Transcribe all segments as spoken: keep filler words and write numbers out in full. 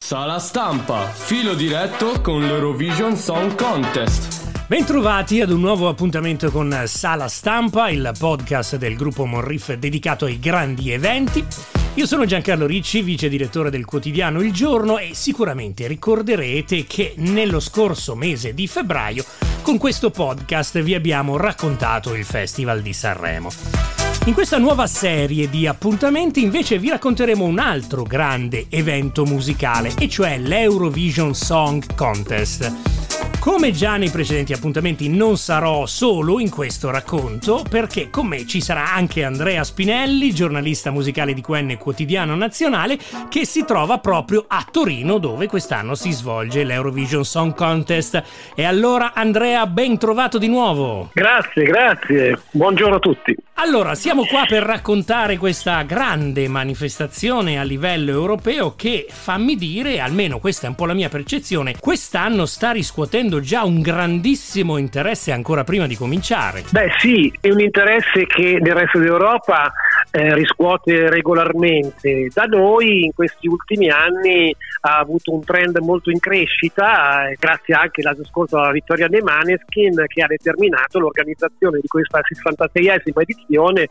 Sala Stampa, filo diretto con l'Eurovision Song Contest. Bentrovati ad un nuovo appuntamento con Sala Stampa, il podcast del gruppo Monriff dedicato ai grandi eventi. Io sono Giancarlo Ricci, vice direttore del quotidiano Il Giorno, e sicuramente ricorderete che nello scorso mese di febbraio con questo podcast vi abbiamo raccontato il Festival di Sanremo. In questa nuova serie di appuntamenti invece vi racconteremo un altro grande evento musicale, e cioè l'Eurovision Song Contest. Come già nei precedenti appuntamenti non sarò solo in questo racconto, perché con me ci sarà anche Andrea Spinelli, giornalista musicale di Q N Quotidiano Nazionale, che si trova proprio a Torino, dove quest'anno si svolge l'Eurovision Song Contest. E allora Andrea, ben trovato di nuovo. Grazie, grazie. Buongiorno a tutti. Allora, siamo qua per raccontare questa grande manifestazione a livello europeo che, fammi dire, almeno questa è un po' la mia percezione, quest'anno sta riscuotendo già un grandissimo interesse ancora prima di cominciare. Beh sì, è un interesse che nel resto d'Europa eh, riscuote regolarmente. Da noi in questi ultimi anni ha avuto un trend molto in crescita, eh, grazie anche l'anno scorso alla vittoria dei Maneskin, che ha determinato l'organizzazione di questa sessantaseiesima edizione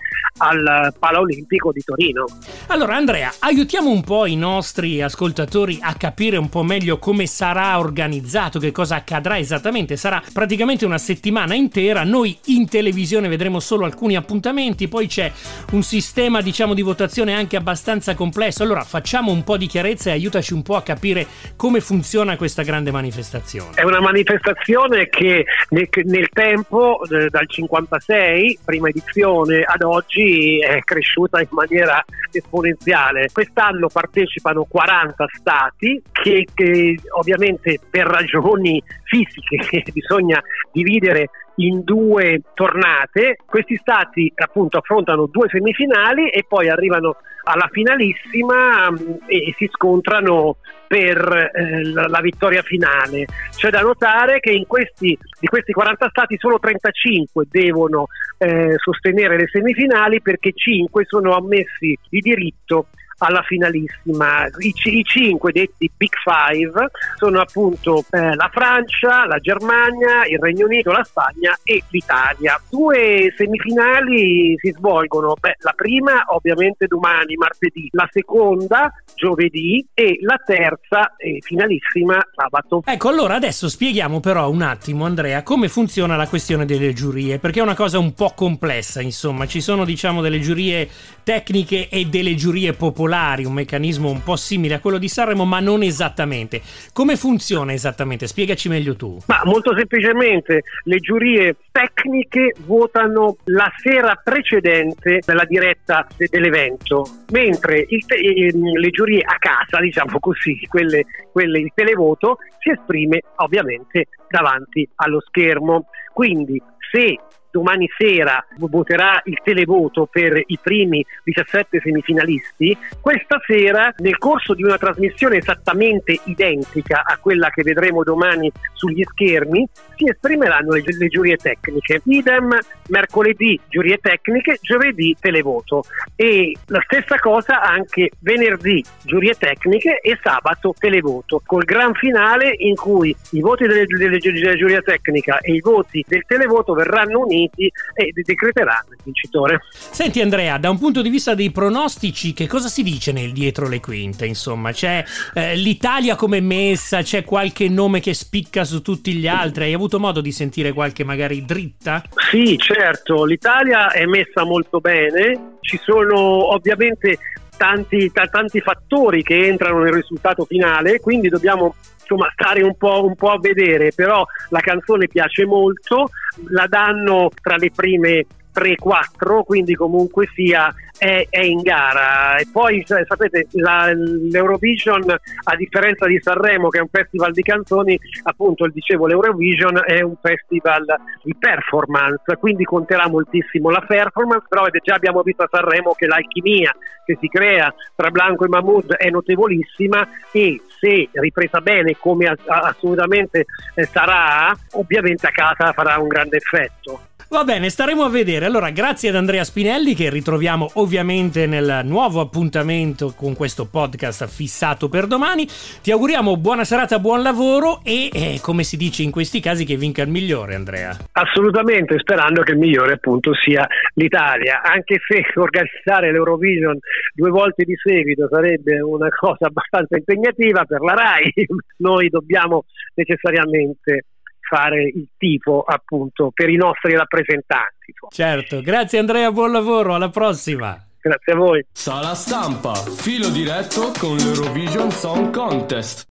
al Paraolimpico di Torino. Allora Andrea, aiutiamo un po' i nostri ascoltatori a capire un po' meglio come sarà organizzato, che cosa accadrà esattamente. Sarà praticamente una settimana intera, noi in televisione vedremo solo alcuni appuntamenti, poi c'è un sistema diciamo di votazione anche abbastanza complesso. Allora facciamo un po' di chiarezza e aiutaci un po' a capire come funziona questa grande manifestazione. È una manifestazione che nel, nel tempo, eh, dal cinquantasei, prima edizione, ad oggi è cresciuta in maniera esponenziale. Quest'anno partecipano quaranta stati che, che ovviamente per ragioni fisiche bisogna dividere in due tornate. Questi stati appunto affrontano due semifinali e poi arrivano alla finalissima mh, e si scontrano per eh, la, la vittoria finale. C'è da notare che in questi di questi quaranta stati solo trentacinque devono eh, sostenere le semifinali, perché cinque sono ammessi di diritto alla finalissima. I, i cinque detti Big Five sono appunto eh, la Francia, la Germania, il Regno Unito, la Spagna e l'Italia. Due semifinali si svolgono, beh, la prima ovviamente domani, martedì, la seconda giovedì e la terza e finalissima sabato. Ecco, allora adesso spieghiamo però un attimo, Andrea, come funziona la questione delle giurie, perché è una cosa un po' complessa, insomma. Ci sono diciamo delle giurie tecniche e delle giurie popolari, un meccanismo un po' simile a quello di Sanremo, ma non esattamente. Come funziona esattamente? Spiegaci meglio tu. Ma molto semplicemente, le giurie tecniche votano la sera precedente della diretta de- dell'evento, mentre il te- le giurie a casa, diciamo così, quelle, quelle il televoto, si esprime ovviamente davanti allo schermo. Quindi se domani sera voterà il televoto per i primi diciassette semifinalisti, questa sera, nel corso di una trasmissione esattamente identica a quella che vedremo domani sugli schermi, si esprimeranno le, le giurie tecniche. Idem mercoledì giurie tecniche, giovedì televoto, e la stessa cosa anche venerdì giurie tecniche e sabato televoto, col gran finale in cui i voti delle, delle, della giuria tecnica e i voti del televoto verranno uniti e decreteranno il vincitore. Senti Andrea, da un punto di vista dei pronostici, che cosa si dice nel dietro le quinte? Insomma, c'è eh, l'Italia come messa, c'è qualche nome che spicca su tutti gli altri? Hai avuto modo di sentire qualche magari dritta? Sì, certo, l'Italia è messa molto bene, ci sono ovviamente tanti, t- tanti fattori che entrano nel risultato finale, quindi dobbiamo insomma stare un po', un po' a vedere, però la canzone piace molto, la danno tra le prime tre quattro, quindi comunque sia è, è in gara. E poi sapete, la, l'Eurovision, a differenza di Sanremo che è un festival di canzoni, appunto dicevo l'Eurovision è un festival di performance, quindi conterà moltissimo la performance, però già abbiamo visto a Sanremo che l'alchimia che si crea tra Blanco e Mahmood è notevolissima, e se ripresa bene come assolutamente sarà, ovviamente a casa farà un grande effetto. Va bene, staremo a vedere. Allora, grazie ad Andrea Spinelli, che ritroviamo ovviamente nel nuovo appuntamento con questo podcast fissato per domani. Ti auguriamo buona serata, buon lavoro e, eh, come si dice in questi casi, che vinca il migliore, Andrea. Assolutamente, sperando che il migliore appunto sia l'Italia, anche se organizzare l'Eurovision due volte di seguito sarebbe una cosa abbastanza impegnativa per la RAI. Noi dobbiamo necessariamente fare il tifo appunto per i nostri rappresentanti. Certo, grazie Andrea, buon lavoro, alla prossima. Grazie a voi. Sala Stampa, filo diretto con l'Eurovision Song Contest.